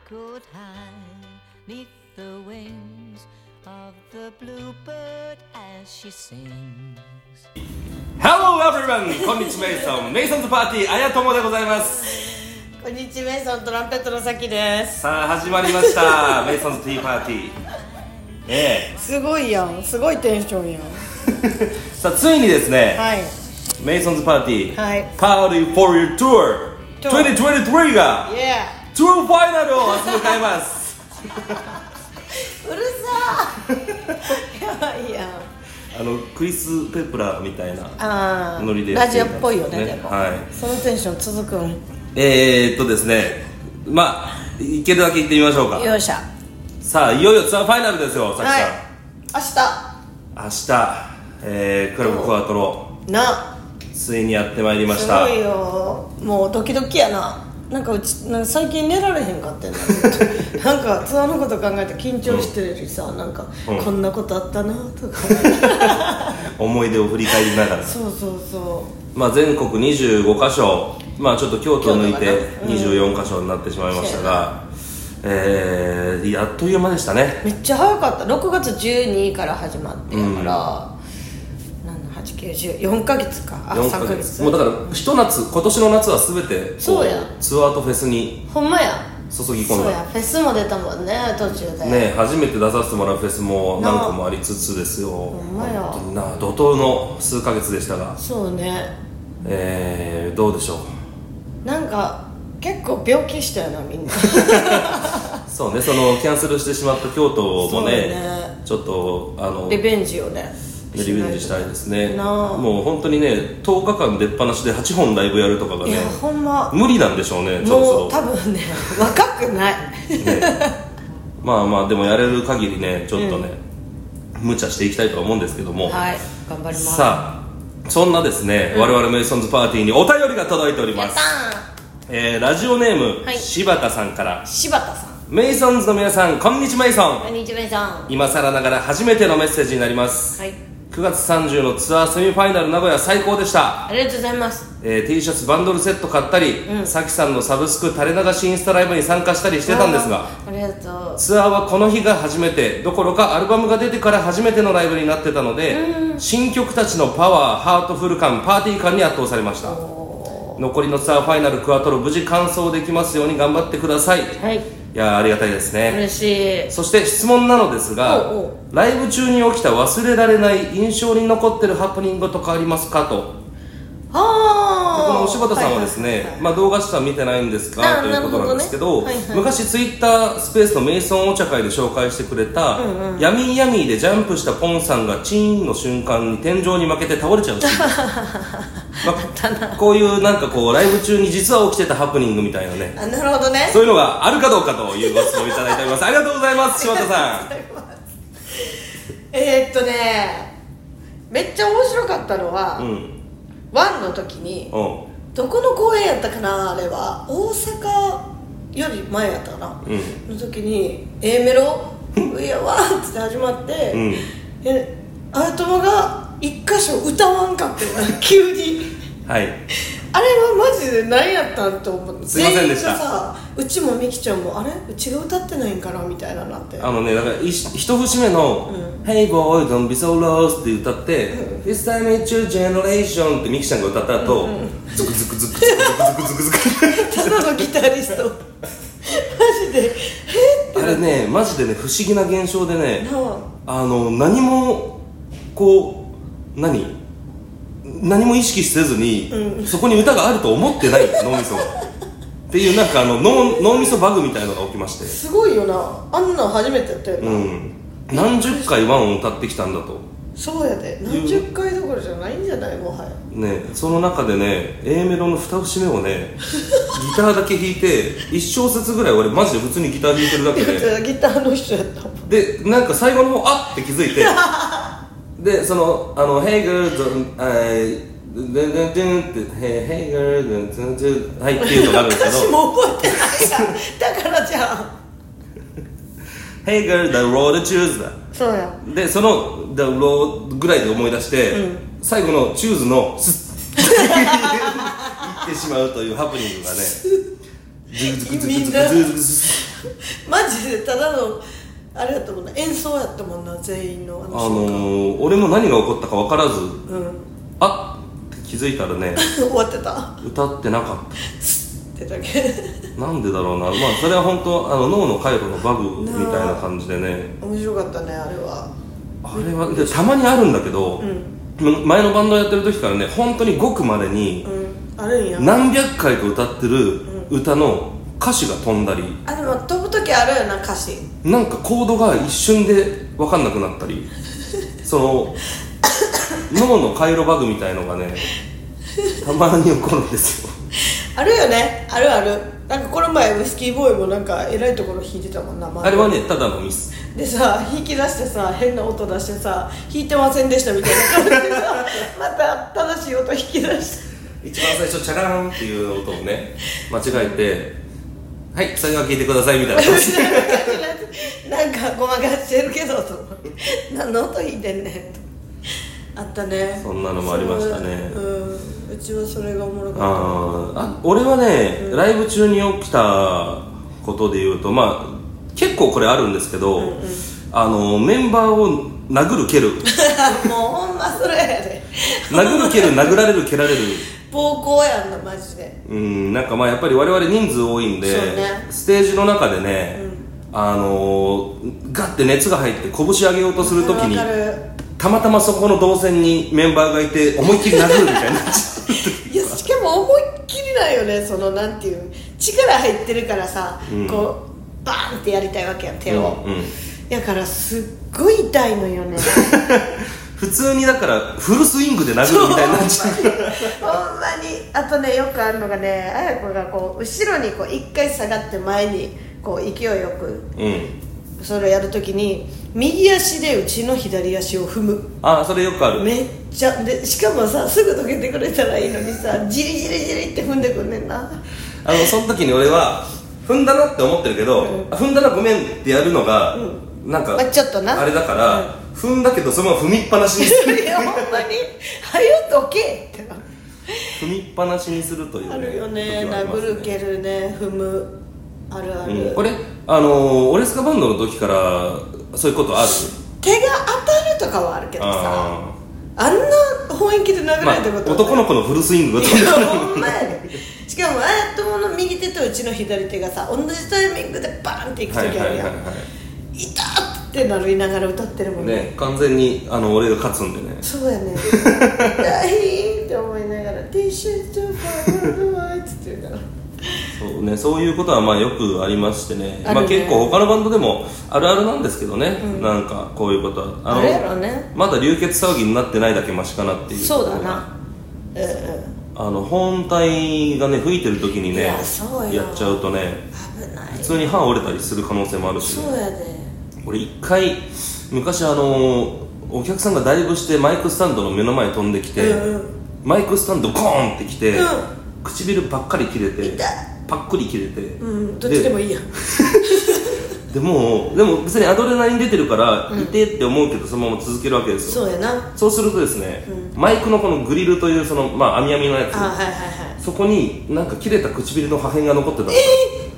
could hide neath the wings of the bluebird as she sings. Hello everyone! こんにちはメイソンズパーティーあやともでございます。 こんにちは、メイソントランペットのさきです。 さあ始まりましたメイソンズティーパーティー。 すごいやん、すごいテンションやん。 さあついにですね、 はい、 メイソンズパーティー、 はい、 Party for Your Tour 2023が、トゥーファイナルを明日迎えます。 うるさーやばいやん。 クリス・ペプラーみたいなノリでラジオっぽいよね、でも、 はい、 そのテンション続くん。 ですね、まあいけるだけ行ってみましょうか。 よっしゃ。 さあいよいよツアーファイナルですよ、さきさん。明日、クラブクワトロな、 ついにやってまいりました。 すごいよ、もうドキドキやな。なんか最近寝られへんかってんななんかツアーのこと考えて緊張してるしさ、なんか、こんなことあったなとか思い出を振り返りながらそうそうそう、 まあ、全国25カ所、まあ、ちょっと京都を抜いて24カ所になってしまいましたが、やっという間でしたね。 めっちゃ早かった。6月12日から始まってやから、4ヶ月か。3ヶ月もうだから一夏、今年の夏は全てそうやツアーとフェスにほんまや注ぎ込んだ。 そうや、フェスも出たもんね、途中でね。初めて出させてもらうフェスも何個もありつつですよ。 ほんまや、 本当にな怒涛の数ヶ月でしたが、 そうね、 どうでしょう。なんか結構病気したよな、みんなそうね、そのキャンセルしてしまった京都も ねちょっとリベンジをね、 リベンジしたいですね。もう本当にね、10日間出っ放しで8本ライブやるとかがね、 いやほんま無理なんでしょうね。 もう多分ね、若くない、 ね、まあまあでもやれる限りね、ちょっとね、無茶していきたいとは思うんですけども、 はい、頑張ります。 さあそんなですね、我々メイソンズパーティーにお便りが届いております。ラジオネーム、柴田さんから。 柴田さん、 メイソンズの皆さん、こんにちはメイソン。 こんにちはメイソン。 今更ながら初めてのメッセージになります。 はい、 9月30のツアーセミファイナル名古屋最高でした。 ありがとうございます。 T シャツバンドルセット買ったり、さきさんのサブスク垂れ流しインスタライブに参加したりしてたんですが、 ありがとう。 ツアーはこの日が初めてどころかアルバムが出てから初めてのライブになってたので、新曲たちのパワー、ハートフル感、パーティー感に圧倒されました。残りのツアーファイナルクワトロ無事完走できますように頑張ってください。 はい、 いやありがたいですね。 嬉しい。 そして質問なのですが、ライブ中に起きた忘れられない印象に残ってるハプニングとかありますかと。この柴田さんはですね、まあ動画しか見てないんですがということなんですけど、昔ツイッタースペースのメイソンお茶会で紹介してくれた、ヤミーヤミーでジャンプしたポンさんがチーンの瞬間に天井に負けて倒れちゃうシーンまあ、こういうなんかこうライブ中に実は起きてたハプニングみたいなね、 なるほどね、 そういうのがあるかどうかというご質問いただいております。ありがとうございます柴田さん。 めっちゃ面白かったのは、ワンの時に、どこの公演やったかな、あれは大阪より前やったかな、の時に A メロ「うやわ」って始まって、あやともが一箇所歌わんかって急にはい、あれはマジで何やったんと思って、 すいませんでした。 全員がさ、うちもみきちゃんもあれうちが歌ってないんかなみたいななって、 だから一節目の「Hey boy don't be so lost」って歌って「This time it's your generation」ってみきちゃんが歌った後、ズクズクズクズクズクズクズクただのギタリストマジであれね、マジでね、不思議な現象でね、何もこう何も意識せずに、そこに歌があると思ってない脳みそがっていう、なんか脳みそバグみたいなのが起きまして、 すごいよな、あんなん初めてやったよな、 何十回ワンを歌ってきたんだと。 そうやで、何十回どころじゃないんじゃない、もはやね。その中でね A メロの2節目をねギターだけ弾いて1小節ぐらい俺マジで普通にギター弾いてるだけでギターの人やったもんで、なんか最後の方あって気づいてで、その「Hey girl don't Hey girl don't はい」っていうのがあるんですけど私も覚えてないやんだからじゃん Hey girl the road choose だ。 そうやで、その The road ぐらいで思い出して、最後の choose のスッ言ってしまうというハプニングがねズクズクズクズクズクズクマジでただのあれやったもんな、演奏やったもんな、全員の俺も何が起こったか分からず、あっって気づいたらね終わってた、 歌ってなかったってだけなんでだろうな。まあそれは本当脳の回路のバグみたいな感じでね。 面白かったね、あれはでたまにあるんだけど、前のバンドやってる時からね、本当にごくまでに、 あるんや、 何百回と歌ってる歌の歌詞が飛んだり、 でも飛ぶ時あるよな、歌詞なんかコードが一瞬で分かんなくなったりその脳の回路バグみたいのがねたまに起こるんですよ。 あるよね、あるある。なんかこの前ウイスキーボーイもなんか偉いところ弾いてたもんな、 あれはねただのミスでさ、弾き出してさ、変な音出してさ、弾いてませんでしたみたいな感じでさまた正しい音弾き出して一番最初チャラーンっていう音をね間違えてはいそれは聞いてくださいみたいな感じでなんかごまかしてるけどと何の音弾いてんねんとあったね。 そんなのもありましたね。 うちはそれがおもろかった。 俺はね、ライブ中に起きたことでいうと、まあ結構これあるんですけど、メンバーを殴る蹴るもうほんまそれやで殴る蹴る殴られる蹴られる暴行やんなマジで。 なんかまあやっぱり我々人数多いんで、ね、ステージの中でね、ガッて熱が入って拳上げようとするときにたまたまそこの動線にメンバーがいて思いっきり殴るみたいないやしかも思いっきりだよね、そのなんていう力入ってるからさ、こうバーンってやりたいわけやん、手を、だからすっごい痛いのよね普通にだからフルスイングで殴るみたいになっちゃうほんまに。あとね、よくあるのがね、あや子がこう後ろにこう一回下がって前にこう勢いよく、それをやるときに右足でうちの左足を踏む。 それよくある。 めっちゃで、しかもさすぐどけてくれたらいいのにさ、ジリジリジリって踏んでくんねんな。 その時に俺は踏んだなって思ってるけど、踏んだなごめんってやるのが、なんかちょっとなあれだから、踏んだけどそのまま踏みっぱなしにするいやほんまにはよどけってな踏みっぱなしにするという、 あるよね、殴る蹴るね、踏む、あるある、 これオレスカバンドの時からそういうことある？ 手が当たるとかはあるけどさ、あんな本気で殴られたことは、 男の子のフルスイングが飛んでくるほんまやね。しかもあやともの右手とうちの左手がさ同じタイミングでバーンっていく時あるやん、痛ってなりながら歌ってるもんね。 完全に俺が勝つんでね。 そうやね大変って思いながら This is the final light って言うからそうね、そういうことはまあよくありましてね、まあ、結構他のバンドでもあるあるなんですけどね、なんかこういうことはあれやろね、 まだ流血騒ぎになってないだけマシかなっていう。 そうだな、 本体がね吹いてる時にねやっちゃうとね危ない、 普通に歯折れたりする可能性もあるし、 そうやで。 俺一回昔お客さんがダイブしてマイクスタンドの目の前に飛んできて、マイクスタンドコーンってきて、唇ばっかり切れてパックリ切れて、 どっちでもいいやんでも別にアドレナリン出てるから痛って思うけどそのまま続けるわけですよ。 そうやな。 そうするとですね、マイクのこのグリルというそのまあ網網のやつ、そこになんか切れた唇の破片が残ってた。 痛い、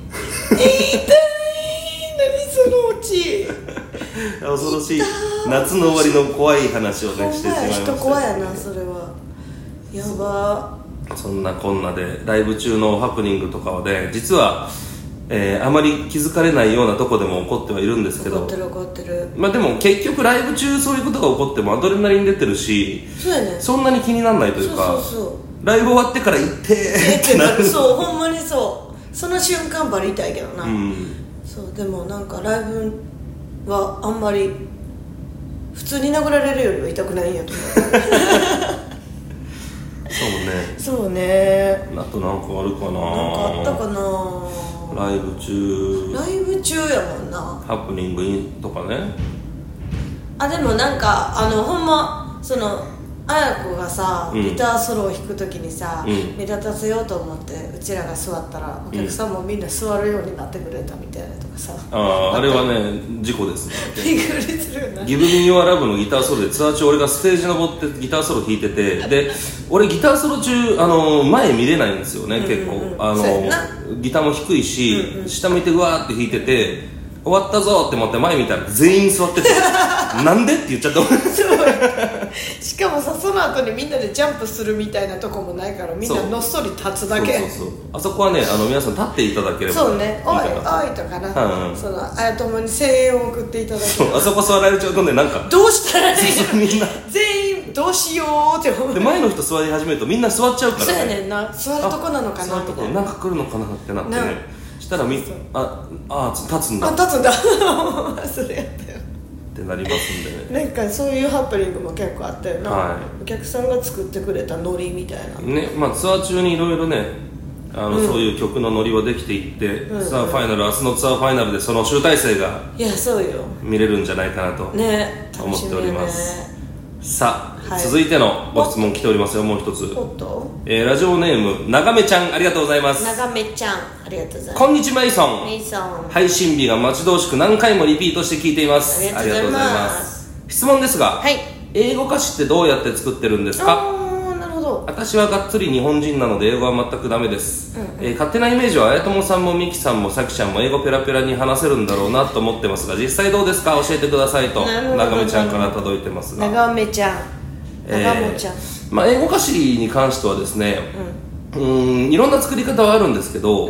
何そのオチ恐ろしい夏の終わりの怖い話をねしてしまいました。 人怖やなそれは、やば。 そんなこんなでライブ中のハプニングとかはね実は、あまり気づかれないようなとこでも起こってはいるんですけど、 起こってる、 まあでも結局ライブ中そういうことが起こってもアドレナリン出てるし、 そうやね、 そんなに気にならないというか、ライブ終わってから行ってってなるそうほんまにそう、その瞬間バリ痛いけどな、そうでもなんかライブはあんまり普通に殴られるよりは痛くないんやと思うそうね。 あとなんかあるかな。 なんかあったかな。 ライブ中やもんな。 ハプニングとかね。 でもなんかほんまその綾子がさギターソロを弾くときにさ、目立たせようと思ってうちらが座ったらお客さんもみんな座るようになってくれたみたいなとかさ、 あれはね事故ですね。 びっくりするよな。 ギブミーヨアラブのギターソロでツアー中俺がステージ登ってギターソロ弾いてて、で俺ギターソロ中前見れないんですよね、結構ギターも低いし、下向いてうわーって弾いてて終わったぞって思って前見たら全員座っててなんでって言っちゃったしかもさその後にみんなでジャンプするみたいなとこもないからみんなのっそり立つだけ。 そうあそこはね皆さん立っていただければそうね、おいおいとかな、その綾友に声援を送っていただければ。 あそこ座られちゃうとねなんかどうしたらいいのみんな全員どうしようって思う。 で前の人座り始めるとみんな座っちゃうから、ね、 そうやねんな、座るとこなのかなみたいな、 なんか来るのかなってなってね、したら立つんだ立つんだそれやったよってなりますんでね。 なんかそういうハプニングも結構あったよな、お客さんが作ってくれたノリみたいなね。ツアー中にいろいろねそういう曲のノリはできていって、ツアーファイナル、明日のツアーファイナルでその集大成が見れるんじゃないかなと思っております。さあ、続いてのご質問来ておりますよ、もう一つ。ラジオネームながめちゃん、ありがとうございます。 ながめちゃん、ありがとうございます。 こんにちはメイソン。配信日が待ち遠しく何回もリピートして聞いています。ありがとうございます。質問ですが、英語歌詞ってどうやって作ってるんですか？私はがっつり日本人なので英語は全くダメです、勝手なイメージは綾友さんもミキさんもさきちゃんも英語ペラペラに話せるんだろうなと思ってますが、実際どうですか？教えてくださいとながめちゃんから届いてますが、 ながめちゃん、ながもちゃん、 英語歌詞に関してはですね、いろんな作り方はあるんですけど、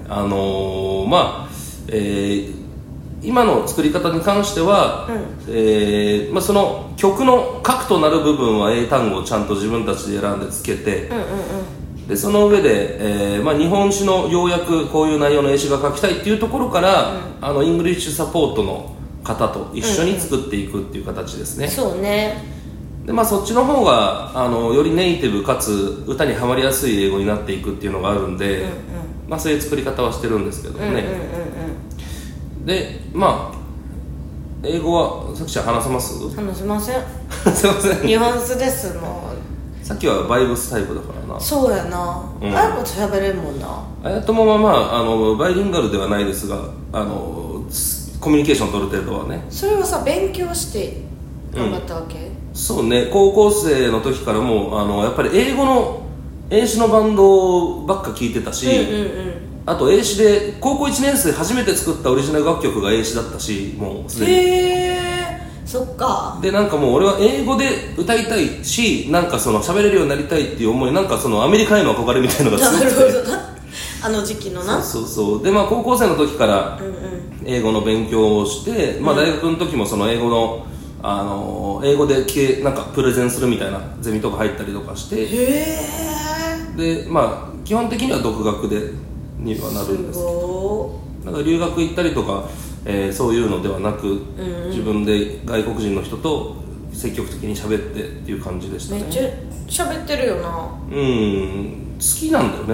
今の作り方に関しては、その曲の核となる部分は英単語をちゃんと自分たちで選んでつけて、でその上で、日本史の要約こういう内容の英詞が書きたいっていうところから、イングリッシュサポートの方と一緒に作っていくっていう形ですね。 そうね。 でそっちの方がよりネイティブかつ歌にはまりやすい英語になっていくっていうのがあるんで、そういう作り方はしてるんですけどね。で英語はさきちゃん話せます？ 話せません。 すいません。 ニュアンスですもん。 さっきはバイブスタイプだからな。 そうやな。あやこと喋れんもんな。 あやともはバイリンガルではないですがコミュニケーション取る程度はね。 それはさ勉強して頑張ったわけ？ そうね、高校生の時からもやっぱり英語の英詞のバンドばっか聴いてたし、あと英詞で高校1年生初めて作ったオリジナル楽曲が英詞だったし、もうすでに。 そっか。 でもう俺は英語で歌いたいし、喋れるようになりたいっていう思い、アメリカへの憧れみたいなのが強くて。 なるほどな。あの時期のな。 そうで高校生の時から英語の勉強をして、大学の時もその英語の英語でプレゼンするみたいなゼミとか入ったりとかして、で基本的には独学にはなるんですけど、留学行ったりとか、そういうのではなく、自分で外国人の人と積極的に喋ってっていう感じでしたね。 めっちゃ喋ってるよな。 好きなんだよね、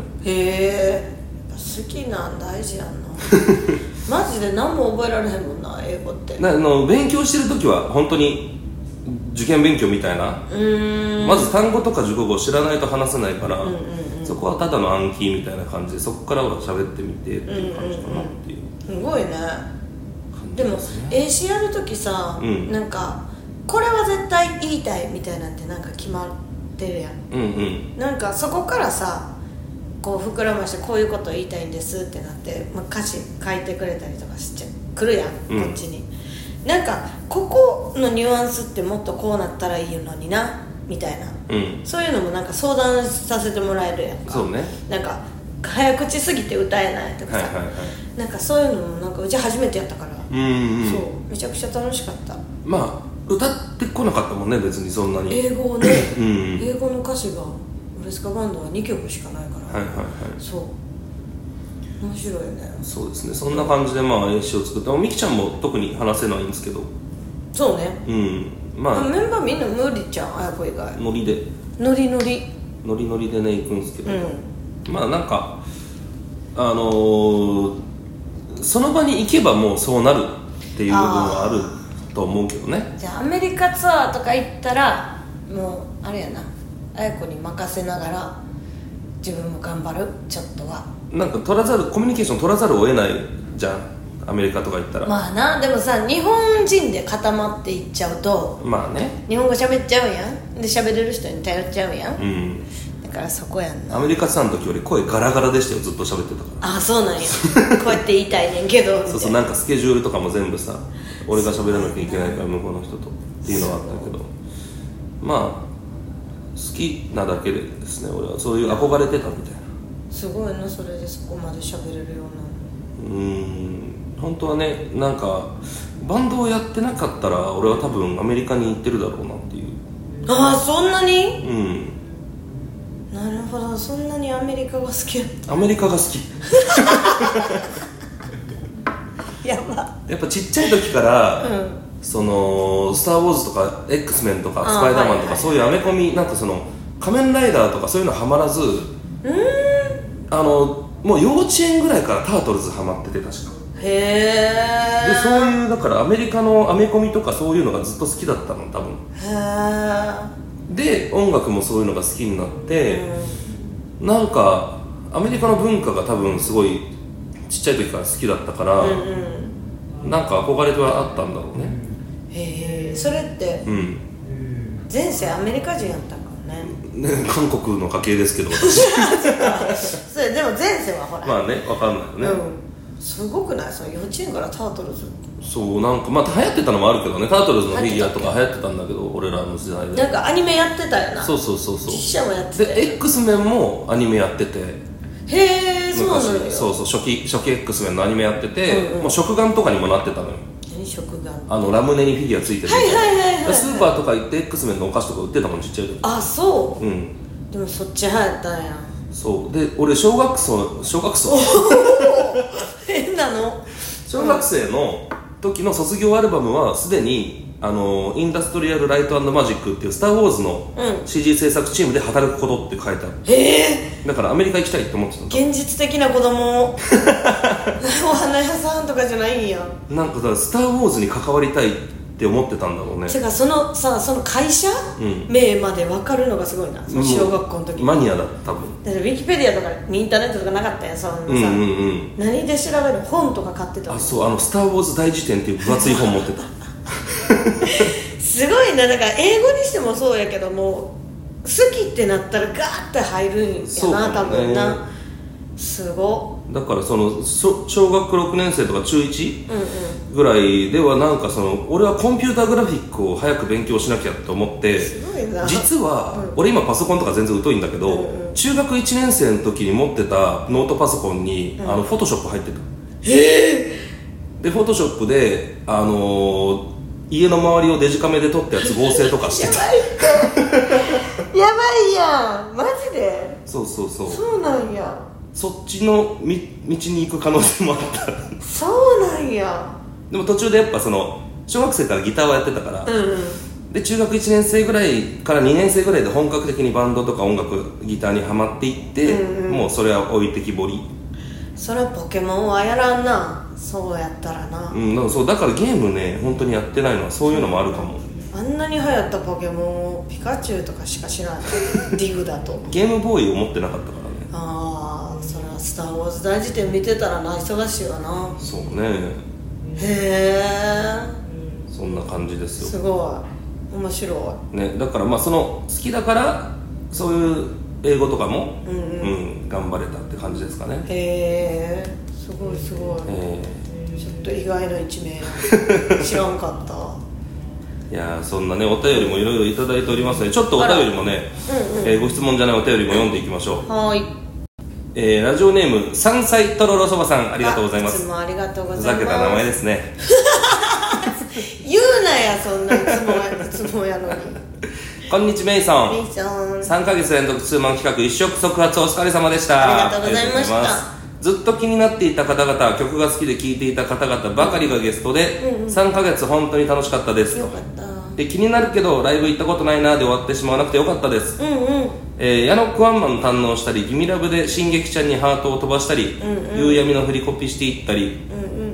好きなん大事やんなマジで何も覚えられへんもんな、英語って勉強してる時は本当に受験勉強みたいな、まず単語とか熟語を知らないと話せないから、そこはただの暗記みたいな感じで、そこからは喋ってみてっていう感じかなっていう、 すごいね。でも英詞やる時さ、これは絶対言いたいみたいなんて決まってるやん、そこからさこう膨らましてこういうことを言いたいんですってなって、歌詞書いてくれたりとかしてくるやん、こっちに。ここのニュアンスってもっとこうなったらいいのになみたいな、そういうのも相談させてもらえるやんか。 そうね。 早口すぎて歌えないとかさ、そういうのもうち初めてやったから、そうめちゃくちゃ楽しかった。 歌ってこなかったもんね、別にそんなに英語をね英語の歌詞がオレスカバンドは2曲しかないから、そう面白いね。 そうですね、そんな感じで英詞を作って、ミキちゃんも特に話せないんですけど。 そうね。 メンバーみんな無理じゃん、あやこ以外。 ノリでノリノリでね行くんですけど、その場に行けばもうそうなるっていう部分はあると思うけどね。 じゃあアメリカツアーとか行ったらもうあれやな、綾子に任せながら自分も頑張る。ちょっとはなんかコミュニケーション取らざるを得ないじゃん、アメリカとか行ったら。 まあな。でもさ、日本人で固まっていっちゃうと、 まあね、 日本語喋っちゃうやん。で喋れる人に頼っちゃうやん、 うん、 だからそこやんな。 アメリカさんの時より声ガラガラでしたよ、ずっと喋ってたから。 あ、そうなんやこうやって言いたいねんけどそうそう、なんかスケジュールとかも全部さ、俺が喋らなきゃいけないから向こうの人とっていうのはあったけど、まあ好きなだけですね。俺はそういう憧れてたみたいな。 すごいな、それでそこまで喋れるような。 本当はね、なんかバンドをやってなかったら俺は多分アメリカに行ってるだろうなっていう。 ああ、そんなに？ うん、 なるほど、そんなにアメリカが好きやった。 アメリカが好きやば。 やっぱちっちゃい時から、そのスター・ウォーズとか X メンとかスパイダーマンとか、そういうアメコミ、なんかその仮面ライダーとかそういうのハマらず、もう幼稚園ぐらいからタートルズハマってて、確か。 へえ。 でそういうだからアメリカのアメコミとかそういうのがずっと好きだったの多分。 へで音楽もそういうのが好きになって、なんかアメリカの文化が多分すごいちっちゃい時から好きだったから、なんか憧れはあったんだろうね。 へえ。それって、前世アメリカ人やったんかもね。 韓国の家系ですけど私それでも前世はほら、 まあね、分かんないよね、 すごくない？その幼稚園からタートルズ。 そう、なんかまた流行ってたのもあるけどね、タートルズのフィギュアとか流行ってたんだけど、俺らの時代でなんかアニメやってたよな。 そうそうそうそう、 実写もやってて、 で X メンもアニメやってて、 へえ、そうなのよ。 そうそう、初期 X メンのアニメやってて、もう食玩とかにもなってたのよ。 何食玩？ ラムネにフィギュアついてるみたいな。 はいはいはいはい、 スーパーとか行って X メンのお菓子とか売ってたもん、ちっちゃい時。 あ、そう、 でもそっち流行ったんや。 そうで、俺小学変なの。 小学生の時の卒業アルバムはすでにインダストリアルライト&マジックっていうスター・ウォーズの CG 制作チームで働くことって書いてある。だからアメリカ行きたいって思ってたんだ。 現実的な子供お花屋さんとかじゃないんや。 なんかだからスター・ウォーズに関わりたいって思ってたんだろうね。 てかその会社、名まで分かるのがすごいな。その小学校の時マニアだった多分。 だからウィキペディアとかインターネットとかなかったやん、そんなさ、何で調べる？本とか買ってた。 あ、そう、スター・ウォーズ大辞典っていう分厚い本持ってたすごいな。だから英語にしてもそうやけども、好きってなったらガーッて入るんやな、多分な。すごだからその小学6年生とか中1、ぐらいではなんか俺はコンピューターグラフィックを早く勉強しなきゃと思って、実は、俺今パソコンとか全然疎いんだけど、中学1年生の時に持ってたノートパソコンにフォトショップ入ってた。でフォトショップで家の周りをデジカメで撮ったやつ合成とかしてたやばいやん、マジで。 そうそうそう、 そうなんや。 そっちの道に行く可能性もあったそうなんや。 でも途中でやっぱ小学生からギターをやってたから、で中学1年生ぐらいから2年生ぐらいで本格的にバンドとか音楽ギターにはまっていって、もうそれは置いてきぼり。 それはポケモンはやらんな、そうやったらな。 だからゲームね、本当にやってないのはそういうのもあるかも。 あんなに流行ったポケモンをピカチュウとかしか知らないディグだと。 ゲームボーイを持ってなかったからね。 ああ、それはスター・ウォーズ大辞典見てたらな、忙しいわな。 そうね。 へえ、 そんな感じですよ。 すごい面白いね。だから好きだからそういう英語とかも、頑張れたって感じですかね。 へえ、すごいすごい、ちょっと意外な一面知らんかったいやー、そんなねお便りもいろいろいただいておりますので、ちょっとお便りもね、ご質問じゃないお便りも読んでいきましょう。 はい。 ラジオネーム山菜とろろそばさん、ありがとうございます。 いつもありがとうございます。 ふざけた名前ですね言うなや、そんないつもやのにこんにちは、メイソン。 メイソン。 3ヶ月連続ツーマン企画一触即発お疲れ様でした。 ありがとうございました。 ずっと気になっていた方々、曲が好きで聴いていた方々ばかりがゲストで、3ヶ月本当に楽しかったです。 よかった。 で、気になるけどライブ行ったことないなで終わってしまわなくてよかったです。矢野クワンマン堪能したり、ギミラブで進撃ちゃんにハートを飛ばしたり、夕闇の振りコピしていったり、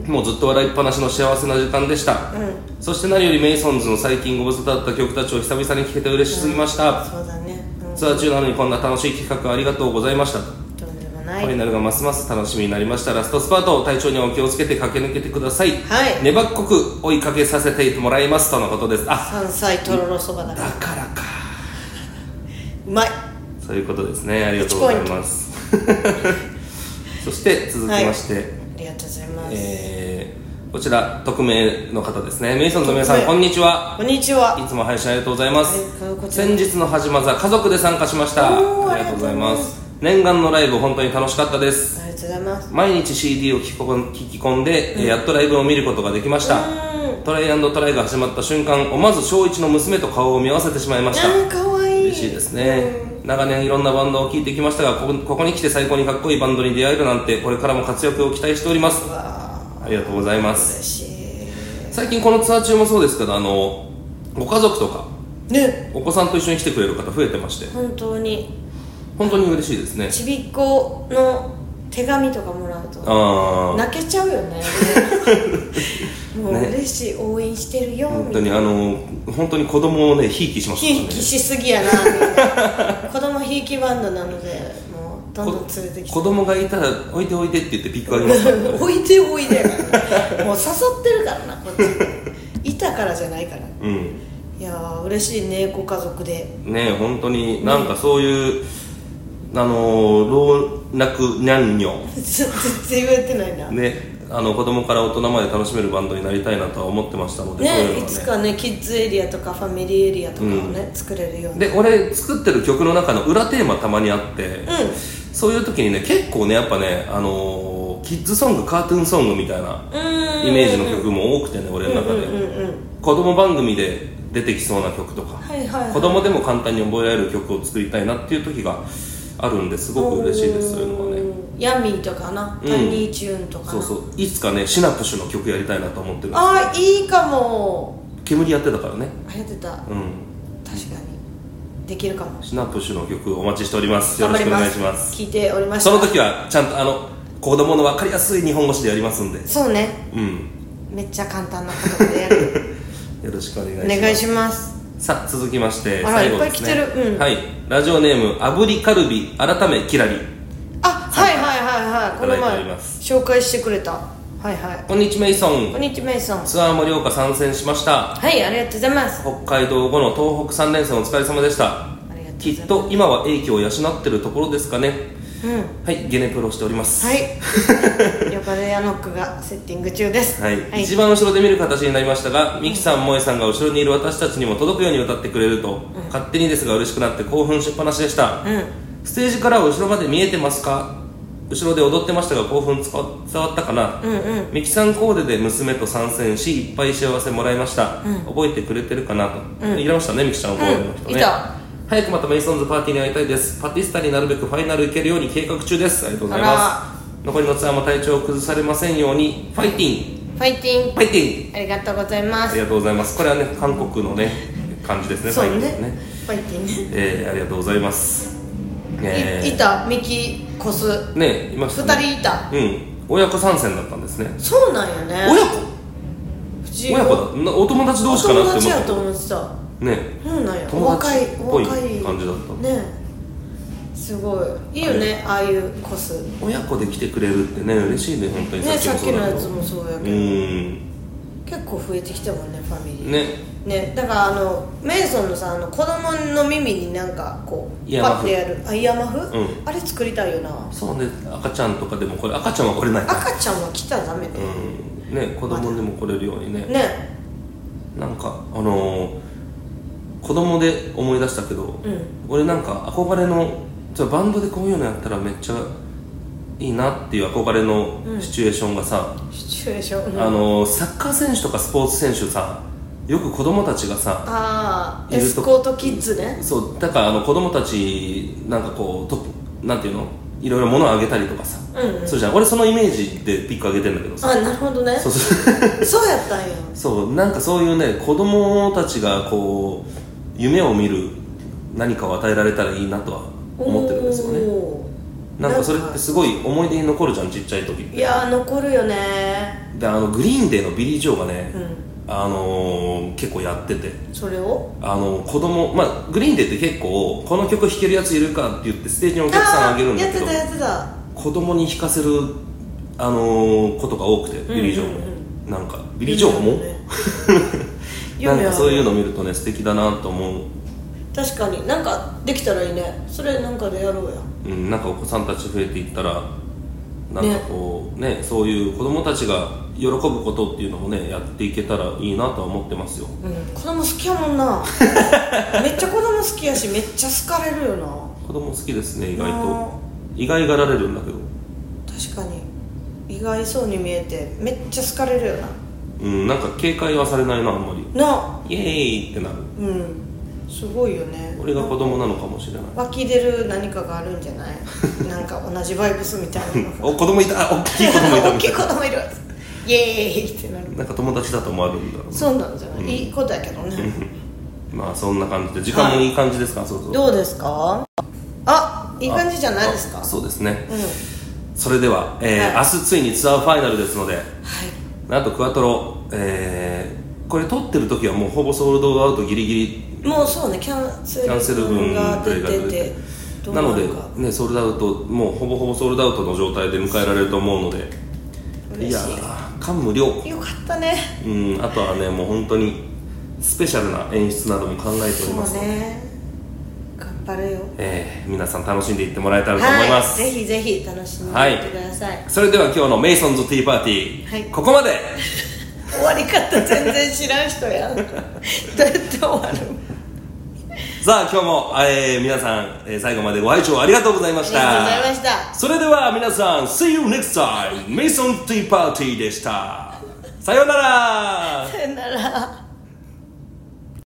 もうずっと笑いっぱなしの幸せな時間でした、そして何よりメイソンズの最近ご無沙汰だった曲たちを久々に聴けて嬉しすぎました、 そうだね、 ツアー中なのにこんな楽しい企画ありがとうございました。 とんでもない。 ファイナルがますます楽しみになりました。ラストスパート、体調にはお気をつけて駆け抜けてください。粘っこく追いかけさせてもらいますとのことです。 山菜とろろそばだから。だからか。 うまい。 そういうことですね。ありがとうございます。そして続きまして、 ありがとうございます。 こちら匿名の方ですね。メイソンズの皆さん、こんにちは。 こんにちは。 いつも配信ありがとうございます。先日のはじまざ家族で参加しました。ありがとうございます。念願のライブ本当に楽しかったです。 ありがとうございます。 毎日 CD を聴き込んで、やっとライブを見ることができました。トライ&トライが始まった瞬間、思わず小1の娘と顔を見合わせてしまいました。 かわいい。 嬉しいですね。長年いろんなバンドを聴いてきましたが、ここに来て最高にかっこいいバンドに出会えるなんて、これからも活躍を期待しております。ありがとうございます。 嬉しい。 最近このツアー中もそうですけど、ご家族とか、 ね、 お子さんと一緒に来てくれる方増えてまして、本当に嬉しいですね。 ちびっこの手紙とかもらうと泣けちゃうよね。もう嬉しい、応援してるよ。 本当に本当に子供をね、ひいきしますからね。 ひいきしすぎやな。子供ひいきバンドなので、もうどんどん連れてきて。 子供がいたらおいでおいでって言ってピックあげますからね。 おいでおいで。もう誘ってるからな、こっち。いたからじゃないから。いやー、嬉しいね、ご家族で。 ね、本当になんかそういう、老若男女全然言われてないな。 ね、子供から大人まで楽しめるバンドになりたいなとは思ってましたので、 ね、 そういうのはね、 いつかね、キッズエリアとかファミリーエリアとかをね、作れるように。 で、俺作ってる曲の中の裏テーマたまにあって、そういう時にね、結構ね、やっぱね、キッズソング、カートゥーンソングみたいなイメージの曲も多くてね、俺の中で、子供番組で出てきそうな曲とか、子供でも簡単に覚えられる曲を作りたいなっていう時があるんで、すごく嬉しいです。そういうのはね、 ヤミーとかな、タイニーチューンとかな、 そうそう、いつかね、シナプシュの曲やりたいなと思ってるんです。 ああ、いいかも。 煙やってたからね。 やってた。確かにできるかも。 シナプシュの曲お待ちしております。よろしくお願いします。 聞いておりました。 その時はちゃんと子供の分かりやすい日本語詞でやりますんで。 そうね、めっちゃ簡単な言葉でやる。 よろしくお願いします。 お願いします。 さあ、続きまして最後ですね。いっぱい来てる。 はい、ラジオネーム炙りカルビ改めキラリ。 はいこの前紹介してくれた。 こんにちメイソン。 こんにちメイソン。 ツアー盛岡参戦しました。 はい、ありがとうございます。 北海道後の東北3連戦お疲れ様でした。きっと今は英気を養ってるところですかね。はい、ゲネプロしております。 横でヤノックがセッティング中です。 一番後ろで見る形になりましたが、ミキさん、萌えさんが後ろにいる私たちにも届くように歌ってくれると、勝手にですが嬉しくなって興奮しっぱなしでした。ステージから後ろまで見えてますか？後ろで踊ってましたが興奮伝わったかな。ミキさんコーデで娘と参戦し、いっぱい幸せもらいました。覚えてくれてるかなと。いらましたね、ミキさんコーデの人ね。早くまたメイソンズパーティーに会いたいです。パティスタになるべくファイナル行けるように計画中です。ありがとうございます。残りのツアーも体調を崩されませんように。ファイティン。 ありがとうございます。 ありがとうございます。これはね、韓国のね感じですね。 そうね、ファイティンね。 ありがとうございます。 いたミキコスね、いましたね。 2人いた。 親子参戦だったんですね。 そうなんよね。 親子だ。お友達同士かなって思った。 お友達やと思ってたね。そうなんや。 友達っぽい感じだったね。すごいいいよね、ああいうコス。 親子で来てくれるってね、嬉しいね、本当に。 さっきのやつもそうやけど、結構増えてきたもんね、ファミリーね。だからメイソンのさ、子供の耳になんかこうパッてやるイヤマフ、あれ作りたいよな。そうね、 赤ちゃんとかでもこれ、赤ちゃんは来れない。 赤ちゃんは来たらダメね、子供でも来れるようにね。なんか子供で思い出したけど、俺なんか憧れのバンドでこういうのやったらめっちゃいいなっていう憧れのシチュエーションがさ、サッカー選手とかスポーツ選手さ、よく子供たちがさ、 エスコートキッズね。 そうだから子供たちなんかこうなんていうの、いろいろ物をあげたりとかさ、そうじゃん。俺そのイメージでピックあげてんだけどさ。 なるほどね。そうやったんや。 そうなんかそういうね、子供たちがこう夢を見る何かを与えられたらいいなとは思ってるんですよね。なんかそれってすごい思い出に残るじゃん、ちっちゃい時って。 いや残るよね。 でグリーンデーのビリー・ジョーがね、結構やってて、 それを子供、グリーンデーって結構この曲弾けるやついるかって言ってステージにお客さんあげるんだけど、 やってた子供に弾かせることが多くて、ビリー・ジョーも、なんかビリー・ジョーもなんかそういうの見るとね素敵だなと思う。 確かになんかできたらいいね。それなんかでやろうや。 なんかお子さんたち増えていったらなんかこうね、そういう子供たちが喜ぶことっていうのもねやっていけたらいいなとは思ってますよ。 子供好きやもんなめっちゃ子供好きやしめっちゃ好かれるよな。 子供好きですね。意外と意外がられるんだけど、 確かに意外そうに見えてめっちゃ好かれるよな。 なんか警戒はされないな、あんまりなイエーイってなる。 すごいよね。 俺が子供なのかもしれない。 湧き出る何かがあるんじゃないなんか同じバイブスみたいなのがお子供いた、大きい子供いた大きい子供いるイエーイってなる。 なんか友達だと思われるんだろうな。 そうなんじゃない、いいことやけどねまあそんな感じで時間もいい感じですか、そうそう。 どうですか。いい感じじゃないですか。 そうですね、それでは、明日ついにツアーファイナルですので、なんとクワトロ、これ撮ってる時はもうほぼソールドアウトギリギリ、 もうそうね、キャンセル分が出てて、 なので、ね、ソールドアウトもうほぼほぼソールドアウトの状態で迎えられると思うので、いやー感無量。よかったね。 あとはねもう本当にスペシャルな演出なども考えておりますので、 そうね、頑張るよ。 皆さん楽しんでいってもらえたらと思います、 ぜひぜひ楽しんでいってください。 それでは今日のメイソンズティーパーティー、ここまで終わり方全然知らん人やんどうやって終わる。 さあ今日も、皆さん、最後までご拝聴ありがとうございました。 ありがとうございました。 それでは皆さん See you next time メイソンティーパーティーでした。さようなら。 さようなら。